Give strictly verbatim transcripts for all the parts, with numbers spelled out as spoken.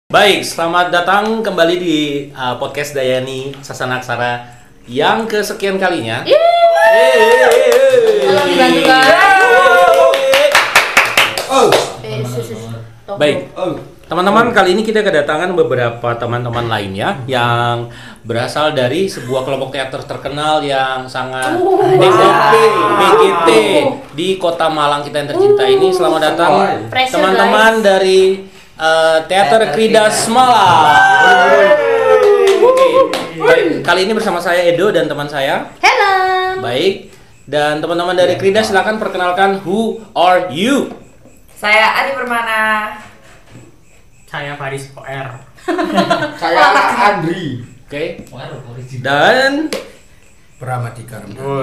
Baik, selamat datang kembali di uh, podcast Dayani Sasana Aksara yang kesekian kalinya. Baik, teman-teman, kali ini kita kedatangan beberapa teman-teman lainnya yang berasal dari sebuah kelompok teater terkenal yang sangat B G T di Kota Malang kita yang tercinta ini. Selamat datang teman-teman dari Uh, Teater Kridas Malang. Oke, baik. Kali ini bersama saya Edo dan teman saya. Hello. Baik. Dan teman-teman dari Kridas silakan perkenalkan, who are you? Saya Ari Permana. Saya Faris O R. Saya Andri. Oke. Dan Pramadika.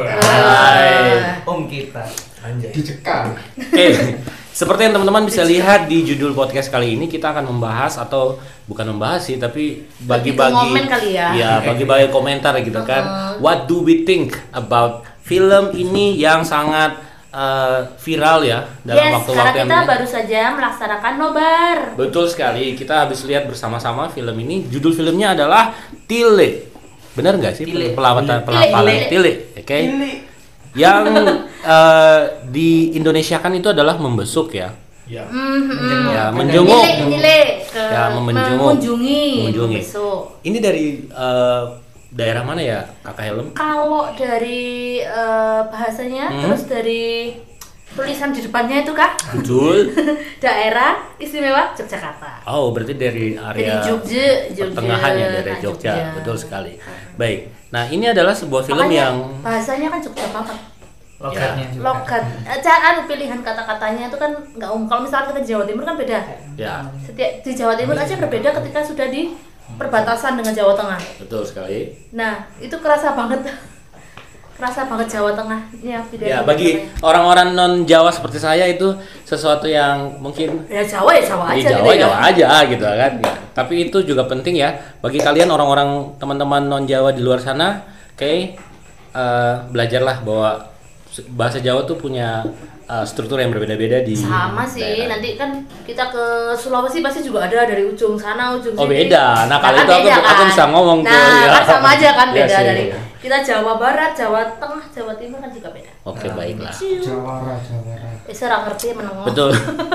Hai. Om kita. Anjay. Dicekal. Oke. Seperti yang teman-teman bisa lihat di judul podcast kali ini, kita akan membahas atau bukan membahas sih, tapi bagi-bagi komen kali ya. Ya, bagi-bagi komentar gitu kan. What do we think about film ini yang sangat uh, viral ya dalam yes, waktu-waktu yang kita baru saja melaksanakan nobar. Betul sekali. Kita habis lihat bersama-sama film ini. Judul filmnya adalah Tile. Benar nggak sih pelawatan pelafalan Tile? Oke. Yang uh, di Indonesia kan itu adalah membesuk ya. Ya. Mm-hmm. Ya, menjenguk. Nile, ke Ya, menjenguk. mengunjungi, Mengunjungi. membesuk. Ini dari uh, daerah mana ya, Kakak Helm? Kalau dari uh, bahasanya, Hmm. terus dari tulisan di depannya itu Kak. Betul. Daerah istimewa Yogyakarta. Oh, berarti dari area Dari Jogja, Jogja. pertengahan ya, dari Nah, Jogja. Jogja. Betul sekali. Baik. Nah, ini adalah sebuah film Makanya yang bahasanya kan Jogja banget. Logatnya juga. Logat, eh, cara pilihan kata-katanya itu kan nggak umum. Kalau misalnya kita di Jawa Timur kan beda. ya, Setiap di Jawa Timur aja berbeda ketika sudah di perbatasan dengan Jawa Tengah. betul sekali. Nah, itu kerasa banget. Kerasa banget Jawa Tengah. Ya, Ya, bagi orang-orang non Jawa seperti saya itu sesuatu yang mungkin ya Jawa ya Jawa di aja Jawa gitu ya. Jawa aja gitu kan. Ya. Tapi itu juga penting ya bagi kalian orang-orang teman-teman non Jawa di luar sana. Oke, okay, uh, belajarlah bahwa bahasa Jawa tuh punya uh, struktur yang berbeda-beda di Sama sih, daerah. nanti kan kita ke Sulawesi pasti juga ada dari ujung sana, ujung Oh, sini. beda. Nah, kalau kan itu aku- beda aku bisa ngomong nah, tuh, ya. kan sama aja kan Iya beda sih. dari kita Jawa Barat, Jawa Tengah, Jawa Timur kan juga beda. Oke, baiklah. Jawara, Jawara. Eh, saya nggak ngerti menengok. Betul.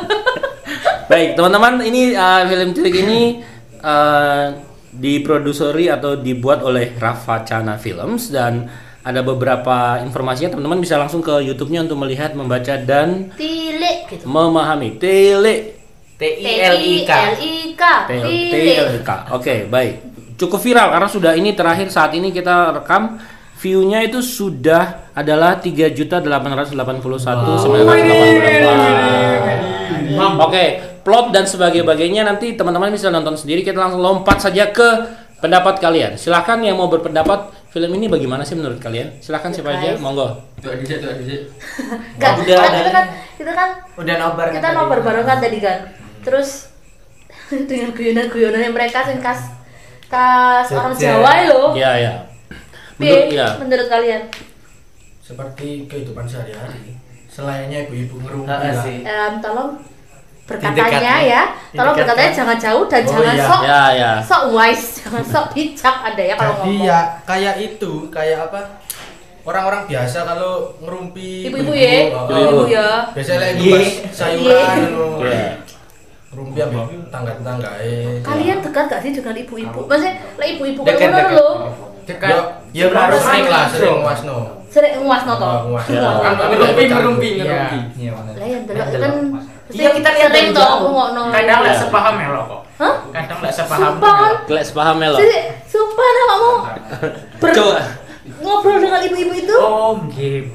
Baik, teman-teman, ini uh, film cilik ini uh, diproduseri atau dibuat oleh Rafa Cana Films dan ada beberapa informasinya. Teman-teman bisa langsung ke YouTube-nya untuk melihat, membaca dan Tilik gitu. memahami. Tile. T I L I K. L I K. T I L K. Oke, baik. Cukup viral karena sudah ini terakhir saat ini kita rekam, view-nya itu sudah adalah tiga juta delapan ratus delapan puluh satu ribu sembilan ratus delapan puluh delapan. Oke, plot dan sebagainya nanti teman-teman bisa nonton sendiri. Kita langsung lompat saja ke pendapat kalian. Silahkan yang mau berpendapat, film ini bagaimana sih menurut kalian? Silahkan siapa aja, monggo. Tuh di situ, di situ. Enggak, Udah kan ada. kita kan kita kan Udah nobar kita kan nobar tadi? bareng kan tadi kan. Terus dengan guyonan-guyonan yang mereka sing khas khas orang Jogja. Jawa lo. Ya, ya. Piye Menurut ya. menurut kalian? Seperti kehidupan sehari-hari. Selayaknya ibu-ibu ngerumpi Ah, lah. sih. Em, tolong berkatanya Didekatkan. ya. Tolong Didekatkan. berkatanya jangan jauh dan Oh, jangan iya. sok Ya, ya. sok wise, jangan sok bijak ada ya kalau Jadi ngomong. ya kayak itu, kayak apa? Orang-orang biasa kalau ngerumpi Ibu-ibu ya, oh, ibu-ibu oh. ya. Biasanya lagi Iya. pas sayuran ngono. Iya. Ngerumpi ambek tangga-tanggae. Kalian dekat gak sih dengan ibu-ibu? Maksudnya lah ibu-ibu Dekat, kan ngono dekat. lho. Dekat. Ya, ya baru Harus sering lah, langsung. sering wasno. Sering nguasno to. Oh, nguas. Ya. Kan kami Ngerumpi, kan- ngerumpi, Iya. ngerumpi. Iya, benar. Lah yang delok Yang kan delok. iya kita lihat sering dari to jauh. ngomongno. Kadang nggak Iya. sepaham ya lo kok. Hah? Kadang nggak sepaham. Sumpah kan? Kelas paham ya lo. Jadi sumpah namamu ber- Coba. ngobrol dengan ibu-ibu itu. Oh, gitu.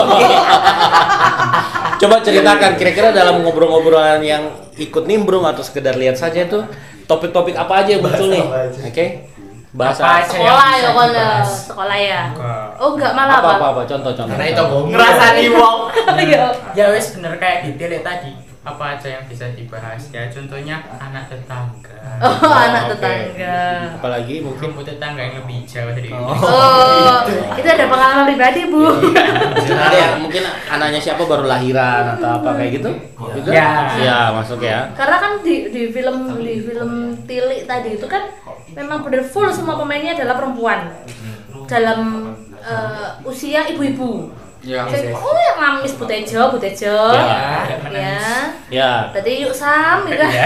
Coba ceritakan kira-kira dalam ngobrol-ngobrolan yang ikut nimbrung atau sekedar lihat saja itu topik-topik apa aja yang muncul nih? Oke. Bahasa Apa aja? Sekolah ya bisa kalau dibahas. sekolah ya. Enggak. Oh enggak malah apa apa? apa apa contoh-contoh. Karena itu ngomong. Ngerasani wong. Iya. Ya wes bener kayak detail tadi. Apa aja yang bisa dibahas ya? Contohnya anak tetangga. Oh, anak oke. tetangga. Apalagi mungkin Rumput tetangga yang lebih jauh dari Oh, itu ada pengalaman pribadi, Bu. ada yang yang mungkin anaknya siapa baru lahiran atau apa kayak gitu? Gitu? Ya. Ya, masuk ya. Karena kan di di film di film Tilik tadi itu kan memang benar full semua pemainnya adalah perempuan dalam uh, usia ibu-ibu. Ya. Saya, oh yang Lamis Butejo, Butejo, Ya. ya. Ya. Berarti yuk Sam, gitu kan?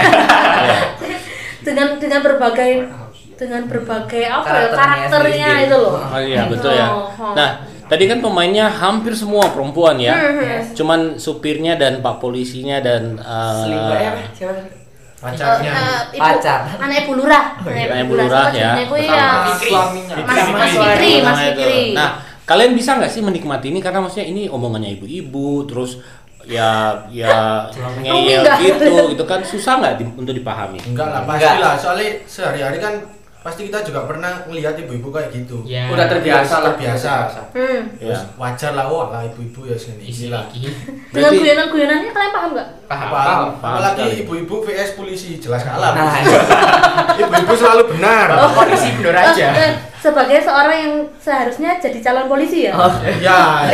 dengan dengan berbagai dengan berbagai apa ya, Karakternya karakternya sendiri. itu loh. Oh iya, betul ya. Oh, oh. Nah, tadi kan pemainnya hampir semua perempuan ya. Hmm. Cuman supirnya dan pak polisinya dan uh, Selingkuh ya, siapa? Pacarnya. Eh, eh, ibu, Pacar. anak ibu lurah, Anak Ibu Lurah, ya. Aku ya. Suaminya. Mas Mas Fikri, Fikri, Mas namanya itu. Fikri. Nah, kalian bisa nggak sih menikmati ini karena maksudnya ini omongannya ibu-ibu terus ya ya ngeyel enggak. gitu gitu kan susah nggak di- untuk dipahami? Enggak lah, pasti Enggak. lah. Soalnya sehari-hari kan pasti kita juga pernah ngelihat ibu-ibu kayak gitu. Ya. Udah terbiasa lah. Terbiasa. Hmm. Ya. Terus wajar lah, wah lah ibu-ibu ya sini. Isi Gila. lagi. Dengan Berarti- guyonan-guyonannya kalian paham nggak? Paham. Paham. paham Apalagi sekali. ibu-ibu vs polisi, jelas kalah. Nah, Ibu-ibu selalu benar. Oh. Polisi bener aja. Eh, eh, sebagai seorang yang seharusnya jadi calon polisi ya. oh, Ya,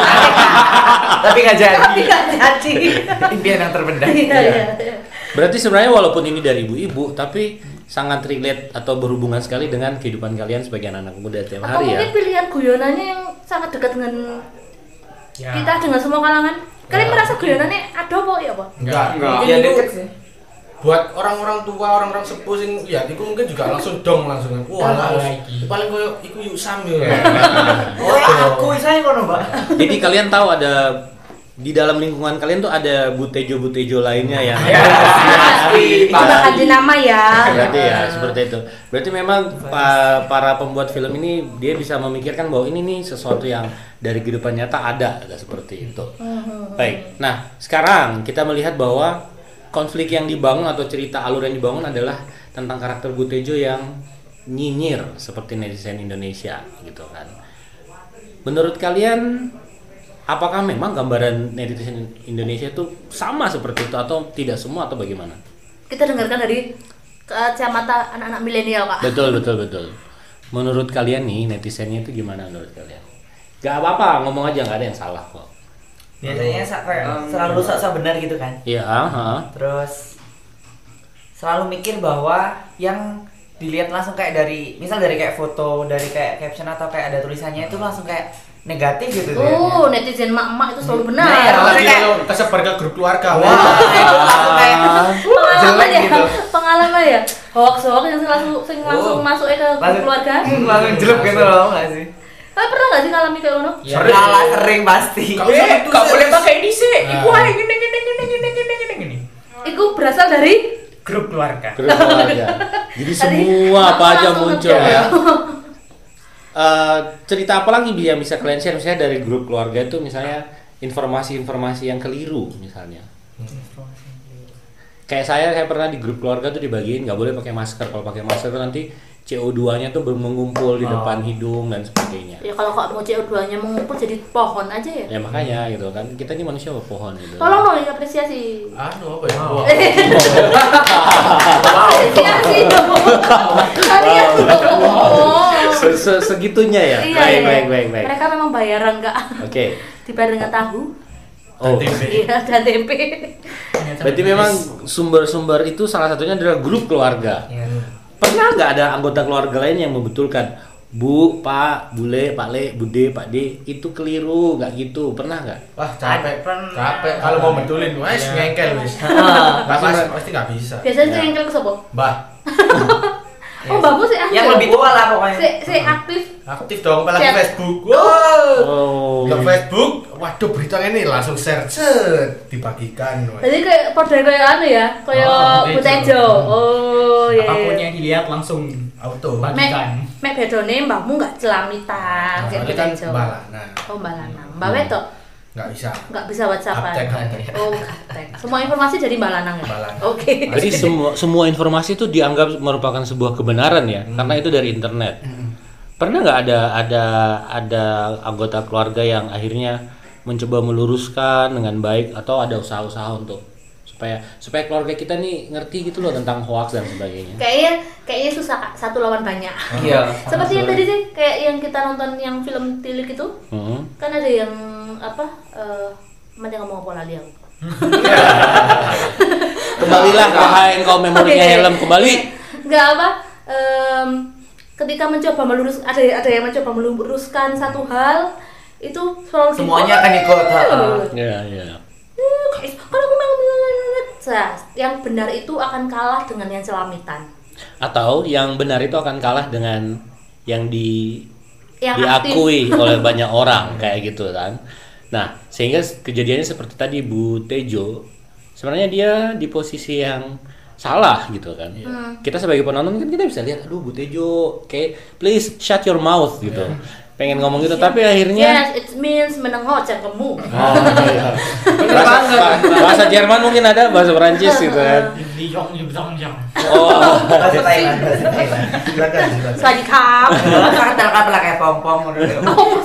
tapi nggak jadi. Tapi nggak jadi. Impian yang terpendam. Iya iya. iya. Berarti sebenarnya walaupun ini dari ibu-ibu tapi sangat relate atau berhubungan sekali dengan kehidupan kalian sebagai anak muda tiap Atau hari ya. mungkin pilihan guyonannya yang sangat dekat dengan Ya. kita dengan semua kalangan. Kalian Ya. merasa guyonannya ada apa ya, Pak? enggak. Enggak. Mungkin Ya itu deket sih. buat orang-orang tua, orang-orang sepuh sing lihat iku mungkin juga langsung dong langsung. Wah, Ah, lah, lagi. paling koyo iku yuk sambil. Oh, aku saya ngono, Mbak. Jadi kalian tahu ada di dalam lingkungan kalian tuh ada butejo-butejo lainnya ya. Pasti. Cuma ganti nama ya. Berarti ya seperti itu. Berarti memang pa- para pembuat film ini dia bisa memikirkan bahwa ini nih sesuatu yang dari kehidupan nyata ada, ada seperti itu. Baik. Nah, sekarang kita melihat bahwa konflik yang dibangun atau cerita alur yang dibangun adalah tentang karakter Butejo yang nyinyir seperti netizen Indonesia gitu kan. Menurut kalian apakah memang gambaran netizen Indonesia itu sama seperti itu atau tidak semua atau bagaimana? Kita dengarkan dari kacamata anak-anak milenial, Kak. Betul betul betul. Menurut kalian nih netizennya itu gimana menurut kalian? Gak apa-apa, ngomong aja nggak ada yang salah kok. Biasanya sa- kayak selalu sok-sok benar gitu kan. Iya, ah, Terus selalu mikir bahwa yang dilihat langsung kayak dari misal dari kayak foto, dari kayak caption atau kayak ada tulisannya itu langsung kayak negatif gitu tuh. Oh, netizen mak-mak itu selalu benar. Nah, ya, Apalagi kayak- kalau kesebar ke grup keluarga. Wah, Wah. itu langsung kayak Pengalaman jelek ya, gitu. pengalaman ya. Hoax hoax yang langsung sing langsung Oh. masuk ke grup Langsung- keluarga. Hmm, langsung jelek gitu loh, nggak sih? Kalian pernah nggak sih ngalami kayak ngono? Ya. Sering. Kalah sering pasti. Kamu sama Eh, tuh, gak Sis. boleh pakai ini sih. Nah. Iku aja gini gini gini gini gini gini gini. Itu berasal dari Grup keluarga. grup keluarga. Jadi Tadi semua apa aku aja langsung muncul ngejawab. ya. Eh, cerita apa lagi yang bisa kalian share misalnya dari grup keluarga itu misalnya informasi-informasi yang keliru misalnya. Kayak saya saya pernah di grup keluarga tuh dibagiin nggak boleh pakai masker. Kalau pakai masker tuh nanti C O dua-nya tuh mengumpul di Oh. depan hidung dan sebagainya. Ya kalau kok mau C O dua-nya mengumpul jadi pohon aja ya. Ya makanya gitu kan kita ini manusia pohon gitu. Tolong dong apresiasi. Anu apa ya? Wah. Apresiasi dong. Kalian dong. Se- se- Segitunya ya. Iya, baik, iya. baik, baik, baik. Mereka memang bayaran Kak. Oke. Dibayar dengan tahu. Oh. Iya, dan tempe. Berarti memang sumber-sumber itu salah satunya adalah grup keluarga. Iya. Pernah nggak ada anggota keluarga lain yang membetulkan, Bu, Pak, Bule, Pak Le, Bude, Pak D itu keliru, nggak gitu? Pernah nggak? Wah, capek. Pernah. Capek kalau mau betulin, wes Ya. ngengkel wes. Ah, Nggak pasti pasti nggak bisa. Biasanya Ya. saya ngengkel ke sopo? Mbah, Oh, mbakmu sih aktif. Yang lebih tua lah pokoknya. Si, si aktif. aktif dong apalagi Chat. Facebook. Wow. Oh. Ke Facebook, waduh berita ini langsung share, set, dibagikan. wes. Jadi kayak pada kayak anu ya, kayak Oh, Butejo. Butejo. Oh, iya. Apapun yang dilihat langsung Auto. Bagi- Mek, Bagikan. mek bedone mbahmu enggak celamitan Nah, kayak soalnya kan Butejo. Mbak Lana Oh, Mbak Lanang. Mbak Wetok nggak bisa. enggak bisa WhatsAppan. Aptek, aptek. Oh, aptek. Semua informasi dari Mbak Lanang ya. Mbak Lanang. Oke. Jadi semua semua informasi itu dianggap merupakan sebuah kebenaran ya, karena itu dari internet. Pernah nggak ada ada ada anggota keluarga yang akhirnya mencoba meluruskan dengan baik atau ada usaha-usaha untuk supaya supaya keluarga kita nih ngerti gitu loh tentang hoax dan sebagainya. Kayaknya kayaknya susah Kak, satu lawan banyak. Iya. Seperti yang tadi sih kayak yang kita nonton yang film Tilik itu, Hmm. kan ada yang apa eh mana ngomong apa lali aku. Kembalilah wahai engkau memorinya Oke. helm kembali. Enggak apa em, ketika mencoba melurus ada ada yang mencoba meluruskan satu hal itu selalu di- Semuanya akan ikut, ha. Iya, iya. Eh, guys, kan aku mau Nah, yang benar itu akan kalah dengan yang celamitan. Atau yang benar itu akan kalah dengan yang di Yang diakui oleh banyak orang kayak gitu kan. Nah, sehingga kejadiannya seperti tadi Bu Tejo, sebenarnya dia di posisi yang salah gitu kan. Hmm. Kita sebagai penonton kan kita bisa lihat, aduh Bu Tejo, kayak please shut your mouth gitu. Pengen ngomong gitu tapi akhirnya Yes, it means menengok kamu. oh, iya. bahasa, bahasa Jerman mungkin ada, bahasa Perancis gitu kan. Liyong Yubzong Jong. Oh, Bahasa Thailand, bahasa Thailand. Silakan, silakan. Selamat kap. Kata-kata lah kayak pom-pom gitu.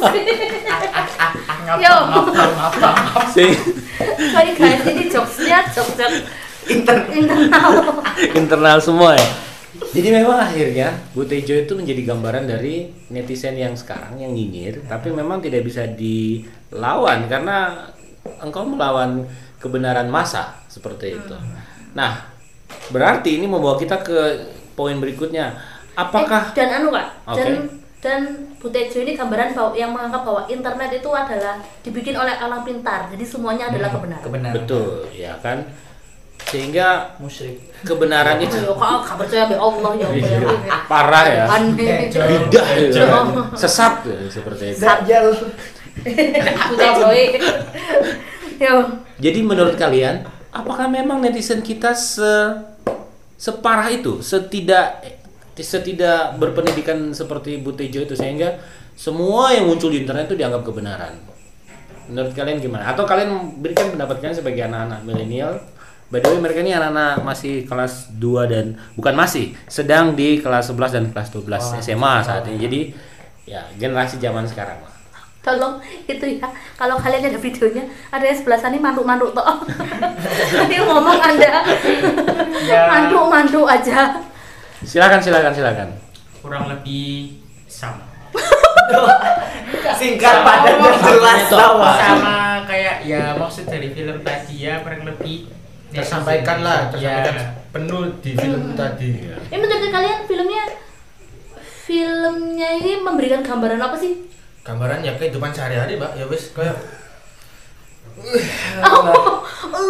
Yo, Ngapang ngapang. sih sorry guys, ini jokesnya jokes yang internal. internal semua ya. Jadi memang akhirnya Bu Tejo itu menjadi gambaran dari netizen yang sekarang yang nyinyir, tapi memang tidak bisa dilawan karena engkau melawan kebenaran massa seperti itu. Nah, berarti ini membawa kita ke poin berikutnya. Apakah Eh, dan anu kak, dan Oke. dan Bu Tejo ini gambaran bahwa yang menganggap bahwa internet itu adalah dibikin oleh orang pintar, jadi semuanya adalah kebenaran. Kebenaran. betul ya kan? Sehingga Musyrik. Oh, kebenaran itu ya, kok gak percaya be Allah ya Allah ya. parah ya. Aneh. Bidah ya. Jauh. Sesat ya, seperti itu. Dajjal. Bu Tejo. Yo, Jadi menurut kalian, apakah memang netizen kita se separah itu, setidak setidak berpendidikan seperti Bu Tejo itu sehingga semua yang muncul di internet itu dianggap kebenaran? Menurut kalian gimana? Atau kalian berikan pendapat kalian sebagai anak-anak milenial? By the way, mereka ini anak-anak masih kelas dua dan bukan masih, sedang di kelas sebelas dan kelas dua belas S M A saat ini. Jadi ya generasi zaman sekarang lah. tolong itu ya. Kalau kalian ada videonya, ada yang sebelah sana mantuk-mantuk toh. Dia ngomong Anda Ya. mantuk-mantuk aja. Silakan silakan silakan. Kurang lebih sama. Singkat padat dan jelas sama. Sama kayak ya maksud dari film tadi ya kurang lebih Tersampaikan lah, tersampaikan Ya. penuh di film tadi. Ini menurut kalian filmnya filmnya ini memberikan gambaran apa sih? Gambaran ya kehidupan sehari-hari, Mbak. Ya wis kayak Oh,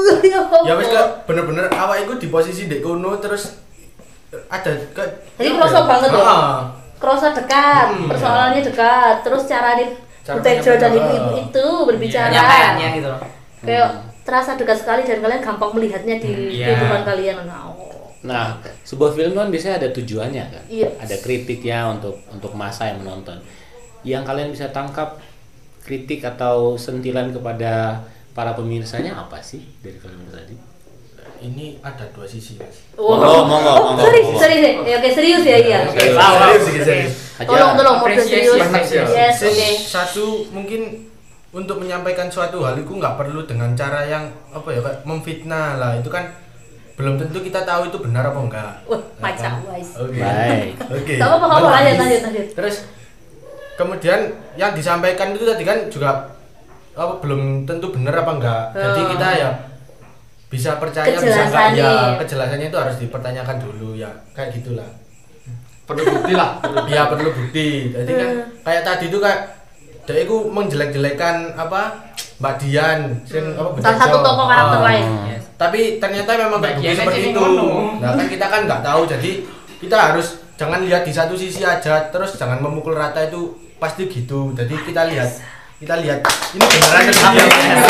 ya wis kayak bener-bener awak iku di posisi dek kono terus ada ke Jadi kerasa banget ya? Heeh. Kerasa dekat, Hmm. persoalannya dekat, terus cara di Cara Bu Tejo dan menyampaikan. ibu-ibu itu berbicara Penyampaiannya gitu loh. kayak terasa dekat sekali dan kalian gampang melihatnya di Hmm, iya. kehidupan kalian. Nah, oh. Nah, sebuah film kan biasanya ada tujuannya kan, Iya. ada kritiknya untuk untuk masa yang menonton. Yang kalian bisa tangkap kritik atau sentilan kepada para pemirsanya apa sih dari film itu tadi? Ini ada dua sisi, Mas. Monggo, monggo, monggo, Serius, monggo. serius, ya, oke serius ya, iya. Oke. Oke. Serius, serius, serius. Aja. Tolong, tolong, mode Apresiasi, serius. apresiasi. Yes, Sing oke. Satu mungkin untuk menyampaikan suatu hal itu nggak perlu dengan cara yang apa ya kayak memfitnah lah, itu kan belum tentu kita tahu itu benar apa enggak. Wah, Ya macam kan? wise. Oke. Baik. Oke. Gak apa-apa, gak apa-apa, lanjut, lanjut, lanjut. Terus kemudian yang disampaikan itu tadi kan juga apa belum tentu benar apa enggak. Jadi Oh. kita ya bisa percaya bisa enggak Kejelasannya. ya kejelasannya itu harus dipertanyakan dulu ya kayak gitulah. Perlu bukti lah. Iya perlu bukti. Jadi kan Hmm. kayak tadi itu kayak dia itu menjelek-jelekan apa Mbak Dian, sing apa Bu Salah satu Tejo. tokoh karakter Ah. lain. Yes. Tapi ternyata memang Mbak terbukti Dian seperti aja itu. ngomong. Nah kan kita kan nggak tahu, jadi kita harus jangan lihat di satu sisi aja, terus jangan memukul rata itu pasti gitu. Jadi kita lihat, kita lihat ini beneran terjadi.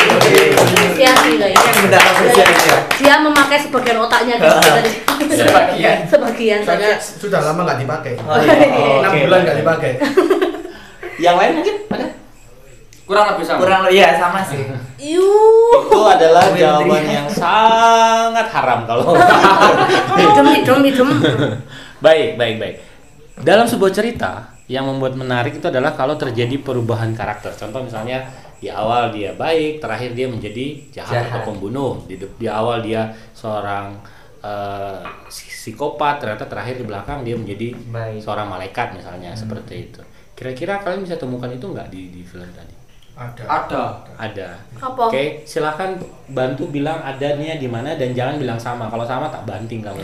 Apresiasi guys. Yang benar apresiasi ya. Dia memakai sebagian otaknya di situ tadi. Sebagian. Sebagian Soalnya saja. sudah lama nggak dipakai. Oh, iya. enam Oke. bulan nggak dipakai. Yang lain mungkin ada? Kurang lebih sama. Kurang lebih ya sama sih. Yuh. Itu adalah jawaban yang sangat haram kalau. Hidung, hidung, hidung. Baik, baik, baik. Dalam sebuah cerita yang membuat menarik itu adalah kalau terjadi perubahan karakter. Contoh misalnya di awal dia baik, terakhir dia menjadi jahat, Jahat. atau pembunuh. Di, di awal dia seorang eh, psikopat, ternyata terakhir di belakang dia menjadi Baik. seorang malaikat misalnya, seperti itu. Kira-kira kalian bisa temukan itu nggak di, di film tadi? Ada. Ada. Ada. Apa? Oke, silakan bantu bilang adanya di mana dan jangan bilang sama. Kalau sama tak banting kamu.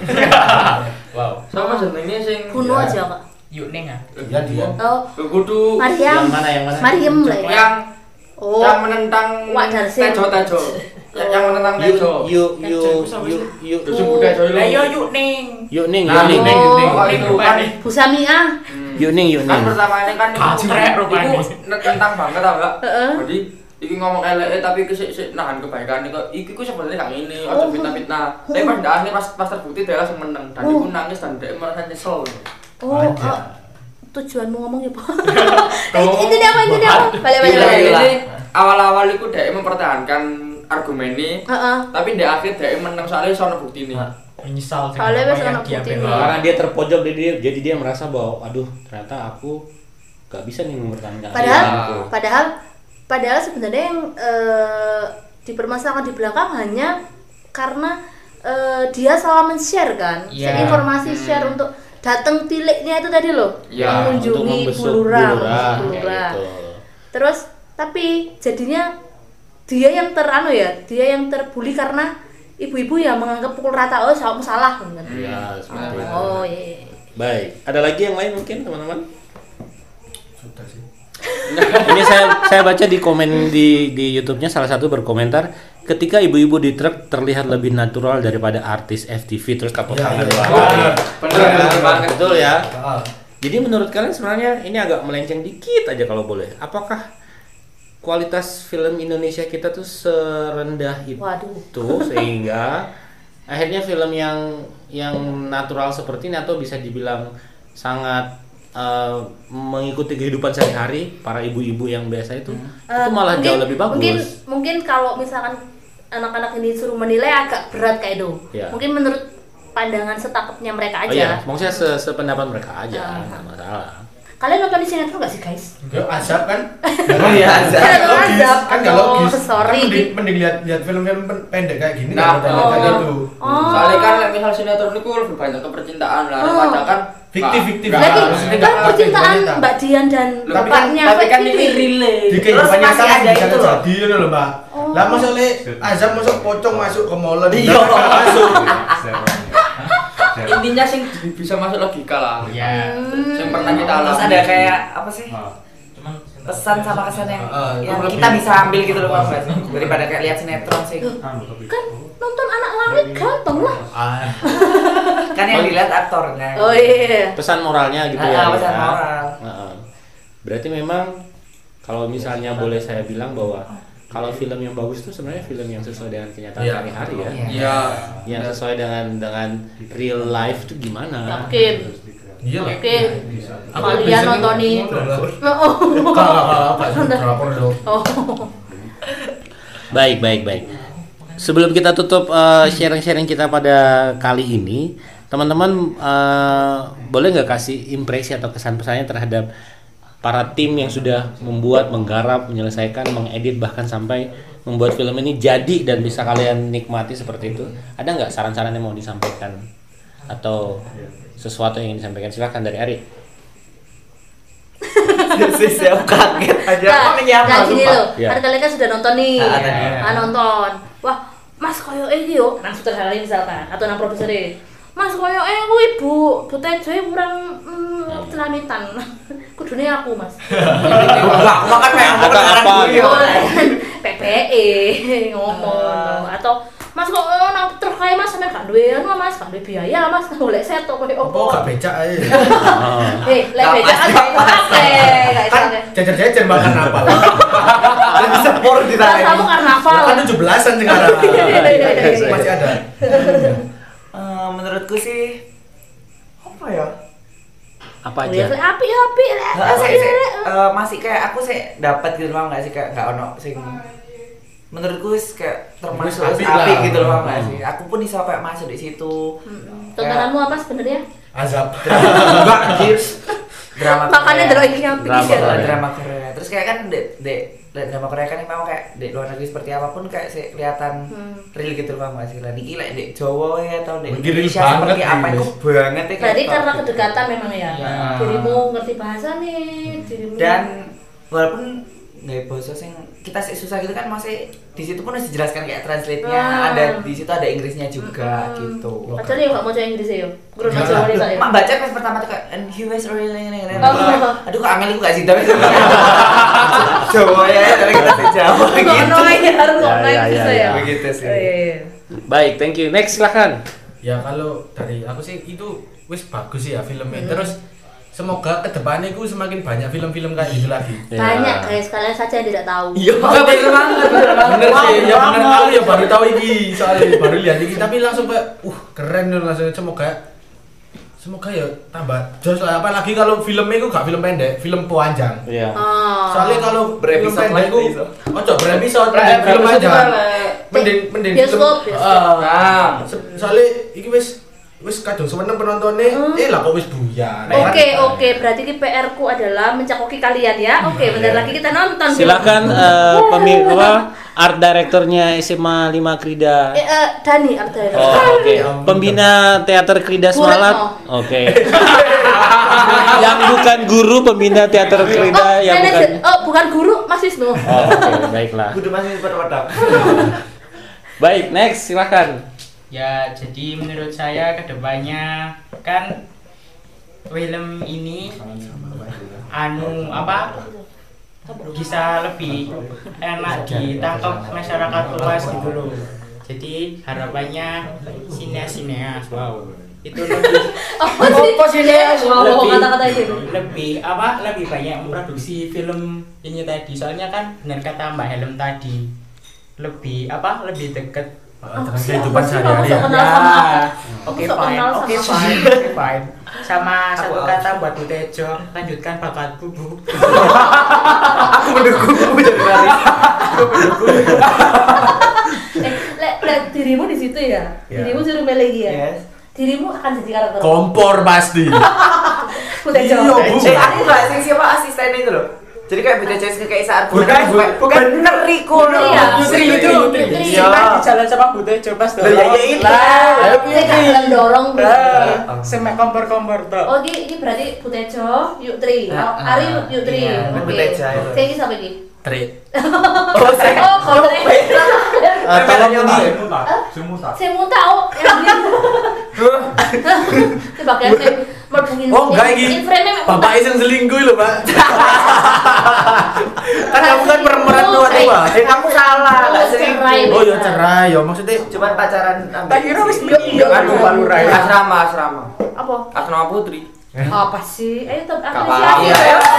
Wow. Sama jenenge sing Bunuh Ya. aja kak. Yuk neng ah. Iya dia. Oh, kudu Maryam. Yang mana, yang mana? Maryam lah ya. yang Oh, yang menentang Wak Darsin. Tejo Tejo. Yang yang menentang Yuk, Tejo. yuk, yuk, yuk, yuk. Dusun Budaya Joyo. Lah yo yuk neng. Yuk ning, yuk Nah, ning. Ning, Oh. Ning. Oh, itu kan. Bu Samia. Yuk ning, yuk Kan ning. pertama ini kan Kampret rupanya. iku nentang banget ta, Mbak. Heeh. Jadi iki ngomong eleke tapi kesik sik nahan kebaikan iki iki ku sebenarnya gak ngene, aja Oh. fitnah-fitnah. Tapi pas ndak akhir pas pas terbukti dia langsung menang dan Oh. iku nangis dan dia merasa nyesel. Oh, Aja. oh, tujuanmu ngomong ya, Pak. Itu dia apa? Itu dia apa? Balik balik Iya, balik. jadi awal-awal iku dia mempertahankan argumennya, Heeh. tapi di akhir dia menang soalnya sono buktine. Menyesal sih. Soalnya wes apa yang anak dia putih bela. nih. Karena dia terpojok jadi dia, jadi dia merasa bahwa aduh ternyata aku gak bisa nih mempertahankan Padahal, aku. padahal, padahal sebenarnya yang eh, dipermasalahkan di belakang hanya karena eh, dia salah men-share kan, Iya. share informasi, share untuk datang tiliknya itu tadi loh, Ya, mengunjungi membesuk Bulurah, Bulurah, membesuk kayak Bulurah. gitu. Terus tapi jadinya dia yang teranu ya, dia yang terbuli karena ibu-ibu yang menganggap pukul rata, oh kamu salah kan. Iya, seperti itu. Oh iya. Baik, ada lagi yang lain mungkin teman-teman? Sudah sih. Ini saya saya baca di komen di di YouTube-nya salah satu berkomentar ketika ibu-ibu di truk terlihat lebih natural daripada artis F T V terus tepuk Ya, tangan. iya. Wah, Benar. Bener bener banget. betul ya. Ah. Jadi menurut kalian sebenarnya ini agak melenceng dikit aja kalau boleh. Apakah kualitas film Indonesia kita tuh serendah itu Waduh. sehingga akhirnya film yang yang natural seperti ini atau bisa dibilang sangat eh, mengikuti kehidupan sehari-hari para ibu-ibu yang biasa itu itu Eh, malah mungkin- jauh lebih bagus. Mungkin mungkin kalau misalkan anak-anak ini suruh menilai agak berat kayak itu. Ya. Mungkin menurut pandangan setakapnya mereka Oh aja. iya, maksudnya se sependapat mereka aja, Ah. nggak masalah. Kalian nonton di sinetron nggak sih guys? Ya azab kan? Oh iya, azab. Kan nonton Logis, azab. kan nggak Aduh, logis. sorry. Kan mending, mending lihat lihat film-film pen- pendek kayak gini Nah, daripada oh. kayak gitu. Oh. Soalnya kan like, misal sinetron itu lebih banyak kepercintaan lah, Oh. daripada kan Fiktif-fiktif. nggak- Lagi nggak- Nggak, kan nggak, percintaan nggak. Mbak Dian dan Tapi kan- bapaknya tapi kan Fat ini Fitri. relate. Di Terus kehidupan nyata masih kan ada bisa itu loh. terjadi itu loh mbak. Oh. Lah masalahnya azab masuk pocong masuk ke molen. Iya. nggak masuk. Intinya sih bisa masuk logika lah. Iya. Hmm. Yang pernah kita Terus alami. ada kayak apa sih? Cuman Pesan sama kesan yang, Ah, yang itu kita lebih- bisa ambil gitu loh Mas. Daripada kayak lihat sinetron sih. Kan nonton anak langit gampang lah. Ah, Kan yang dilihat aktornya. Oh iya. Pesan moralnya gitu Ah, ya. pesan ya. moral. Heeh. Berarti memang kalau misalnya boleh saya bilang bahwa kalau film yang bagus itu sebenarnya film yang sesuai dengan kenyataan Iya. sehari-hari ya. Iya. Iya. Yang sesuai dengan dengan real life itu gimana? Yakin. iya lah. Yakin. Aku Kalian biasanya nontoni. nonton lah. Oh. Enggak, enggak, enggak, enggak, drakor dong. Oh. Baik, baik, baik. Sebelum kita tutup eh, sharing-sharing kita pada kali ini, teman-teman eh, boleh nggak kasih impresi atau kesan-pesannya terhadap para tim yang sudah membuat, menggarap, menyelesaikan, mengedit bahkan sampai membuat film ini jadi dan bisa kalian nikmati seperti itu. Ada nggak saran-saran yang mau disampaikan atau sesuatu yang ingin disampaikan? Silakan dari Ari. Sih, saya kaget aja. Nah, Kok menyapa, nah gini sumpah. loh, Iya. kan kalian kan sudah nonton nih, Ah, tadi. ah, nonton. Wah, Mas koyo iki yo, nang sutradara misalkan atau nang produser Mas koyo eh kuwi Bu, Bu Tejo kurang mm, celamitan. Kudune aku, Mas. Enggak, makan kayak Atau apa, gitu. Oh, P P E ngomong atau Mas kok eh, nang truk kae Mas sampe gak duwe anu Mas, gak duwe biaya Mas golek seto koyo Apa opo. gak becak aja? Eh, lek Gak becak kan Mas, gak iso akeh, gak iso Kan akeh. jajar-jajar makan apa lah? Jadi sepur di tangan. Rasamu karnaval. Kan tujuh belasan sekarang. Masih ada. Eh, menurutku sih apa ya? Apa Ya, aja? api api lek. Heeh, saya, saya, eh, masih kayak aku sih dapat gitu loh nggak sih kayak nggak ono sing menurutku sih kayak termasuk Apik api lah. gitu loh nggak sih. Aku pun bisa kayak masuk di situ. Tontonanmu apa sebenarnya? Azab. Enggak anjir. Drama Makanya Korea. delok iki api Drama sih. Korea. Drama Korea. Terus kayak kan dek dek dek drama Korea kan memang kayak di luar negeri seperti apapun kayak sih kelihatan Hmm. real gitu loh nggak sih. Lah niki lek dek Jawa ya atau dek Mungkin real Indonesia banget seperti apa ini. itu banget ya. Berarti kayak karena gitu. kedekatan memang ya. Ya. Dirimu ngerti bahasa nih, dirimu. Dan walaupun nggak bahasa sing kita sih susah gitu kan, masih di situ pun harus dijelaskan kayak translate-nya, Hmm. ada di situ ada Inggrisnya juga Hmm. gitu. Padahal ya nggak mau coba Inggris ya. Guru Enggak. Jawa Desa ya. Mak baca pas pertama tuh kayak and he was really ini ini. Oh. Aduh kok angel aku gak sih tapi Jawa ya, karena kita sih Jawa Kok gitu. noy harus kok Ya, noy ya, bisa ya, ya. Begitu sih. Oh, iya, iya. Baik, thank you. Next silakan. Ya kalau dari aku sih itu wis bagus sih ya filmnya. Hmm. Terus semoga kedepannya itu semakin banyak film-film kayak gitu lagi. Ya. Banyak guys, kalian saja yang tidak tahu. Iya, bener banget, bener banget. Bener sih, ya bener aku ya baru tahu ini soalnya baru lihat ini tapi langsung kayak uh keren loh langsung semoga semoga ya tambah jos lah apalagi kalau filmnya itu gak film pendek, film panjang. Iya. Oh. Soalnya kalau film Berepisode pendek itu lah, ojo berepisode Lah, mending film berepisode aja. lah. Mending mending Bioskop, film. bioskop. Ah, Nah, se- soalnya iki wis wis kadung seneng penontonnya, Hmm. eh lah kok wis buyar. Oke, oke, berarti ki P R ku adalah mencakoki kalian ya. Oke, bentar lagi kita nonton. Silakan eh pemi apa art directornya S M A lima Krida. Eh, eh, Dani Arda. Oh, oke. Pembina teater Krida Bu Semalat. Retno. Oke. Yang bukan guru pembina teater Oh, Krida yang bukan. manajer. Oh, bukan guru, Mas Wisnu. Oh, oke, baiklah. Kudu masih pada Baik, next silakan. Ya, jadi menurut saya kedepannya kan film ini anu apa bisa lebih enak ditangkap masyarakat luas gitu loh. Jadi harapannya sineas-sineas, wow, itu lebih Apa sih dia? Wow, lebih, kata-kata itu. lebih apa lebih banyak memproduksi film ini tadi. Soalnya kan benar kata Mbak Helm tadi lebih apa lebih deket Dengan Apa sih, kehidupan apa sih, sehari-hari kamu ya. kenal sama aku? oke Kamu sok fine, kenal oke sama fine, oke fine. Sama satu Aku- kata buat Bu Tejo, lanjutkan bakatku Bu. Aku mendukung kamu jadi lari. Eh, le, le, dirimu di situ ya. Ya. Dirimu suruh milih ya. Yes. Dirimu akan jadi karakter. Kompor pasti. Udah Iya, jawab. Bu. Eh, aku gak sih siapa asisten itu loh. Jadi kayak beda Jessica kayak saat Bukan, bu- bukan. bener Riko loh. Iya, Yutri, Yutri, Yutri, Yutri. Yutri. Nah, di jalan sama Bu Tejo pas Lah, ya, ya, itu. Lah, Ini gak dorong Bu. Lah, semek kompor-kompor tuh. Oh, ini, ini berarti Bu Tejo, Yutri. Oh, Ah, Ari ah, Yutri. iya, Oke. Bu Tejo itu. Saya ini siapa ini? Tri. Oh, saya. Oh, kalau Eh, tolong ini saya mau tahu yang ini. Sebagai saya merbungin Oh enggak ini. Bapak iseng selingkuh loh, Pak. Kan kamu kan pemeran tua-tua. Eh, kamu salah, Oh, gak sering. cerai. Oh ya cerai ya maksudnya Cuman pacaran ambil. Tak kira wis Yuk, yuk. anu Palura ya. asrama, asrama. Apa? Asrama Putri. Apa sih? Ayo tetap Gak apresiasi. apa-apa. ya.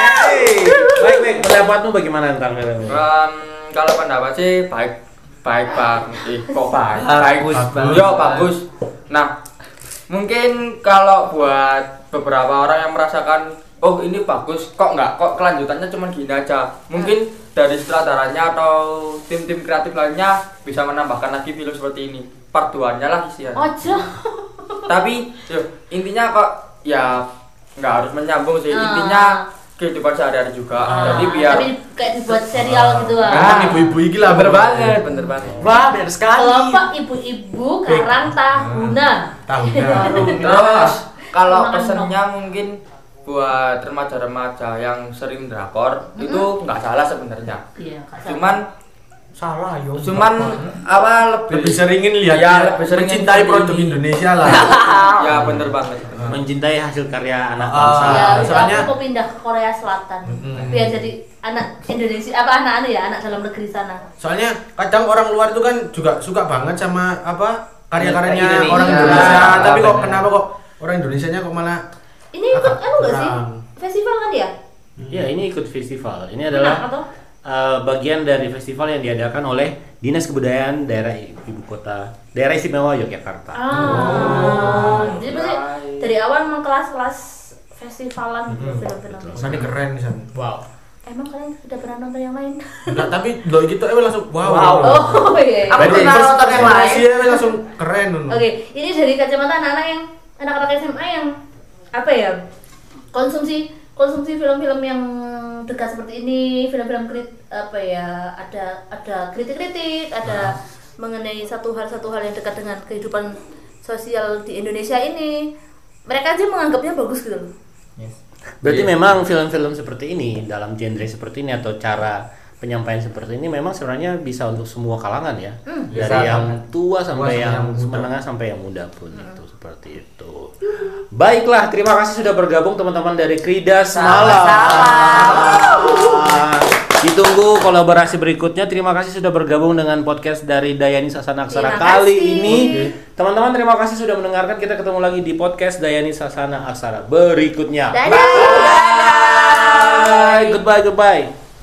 Baik, baik. Pendapatmu bagaimana tentang film ini? Um, kalau pendapat sih baik baik bang, eh kok baik, Bagus, baik, bagus. Yo bagus. Nah, mungkin kalau buat beberapa orang yang merasakan, oh ini bagus, kok nggak, kok kelanjutannya cuma gini aja. Mungkin dari sutradaranya atau tim-tim kreatif lainnya bisa menambahkan lagi film seperti ini. Part dua-nya lah isinya. Ojo. Tapi, yo intinya kok ya nggak harus menyambung sih. Ah. Intinya kehidupan sehari-hari juga. Ah, Jadi biar tapi kayak dibuat serial gitu ah. Emang ibu-ibu iki lah bener banget, bener banget. Wah, benar sekali. Kelompok ibu-ibu Karang Taruna. Tahunnya. Terus kalau Makan pesennya mungkin buat remaja-remaja yang sering drakor itu nggak salah sebenarnya. Iya, Kak. Cuman Salah yo. cuman apa lebih, Lebih seringin lihat Ya, ya, lebih sering mencintai ini. produk Indonesia lah. ya bener banget. Mencintai hasil karya anak Ah. bangsa. Ya, soalnya- soalnya aku pindah ke Korea Selatan. Mm-mm. Biar jadi anak Indonesia apa anak anu ya, anak dalam negeri sana. Soalnya kadang orang luar itu kan juga suka banget sama apa karya-karyanya Indonesia. orang Indonesia. Ah, Tapi kok bener. kenapa kok orang Indonesianya kok malah Ini ikut anu enggak sih? kurang. Festival kan ya? Ya, ini ikut festival. Ini Menang adalah atau? eh, bagian dari festival yang diadakan oleh Dinas Kebudayaan Daerah Ibu Kota Daerah Istimewa Yogyakarta. Ah. Jadi berarti Right. dari awal memang kelas-kelas festivalan gitu, Mm-mm. film-film. Sana keren di sana. Wow. Emang kalian sudah pernah nonton yang lain? Enggak, tapi lo gitu eh langsung wow. Wow. Oh iya. Aku Berarti pernah first- nonton yang first lain. impression, eh, langsung keren Nun. Oke, ini dari kacamata anak-anak yang anak-anak S M A yang apa ya? Konsumsi konsumsi film-film yang dekat seperti ini, film-film krit apa ya? Ada ada kritik-kritik, ada mengenai satu hal satu hal yang dekat dengan kehidupan sosial di Indonesia ini. Mereka aja menganggapnya bagus gitu loh. Yes. Berarti Iya. memang film-film seperti ini dalam genre seperti ini atau cara penyampaian seperti ini memang sebenarnya bisa untuk semua kalangan ya. Hmm. Dari Bisa. yang tua sampai sampai yang yang muda. menengah sampai yang muda pun itu seperti itu. Baiklah, terima kasih sudah bergabung teman-teman dari Krida Semalam. Ditunggu kolaborasi berikutnya. Terima kasih sudah bergabung dengan podcast dari Dayani Sasana Aksara Terima kali kasih. ini. Teman-teman terima kasih sudah mendengarkan. Kita ketemu lagi di podcast Dayani Sasana Aksara berikutnya. Dadah. Bye. Goodbye, goodbye.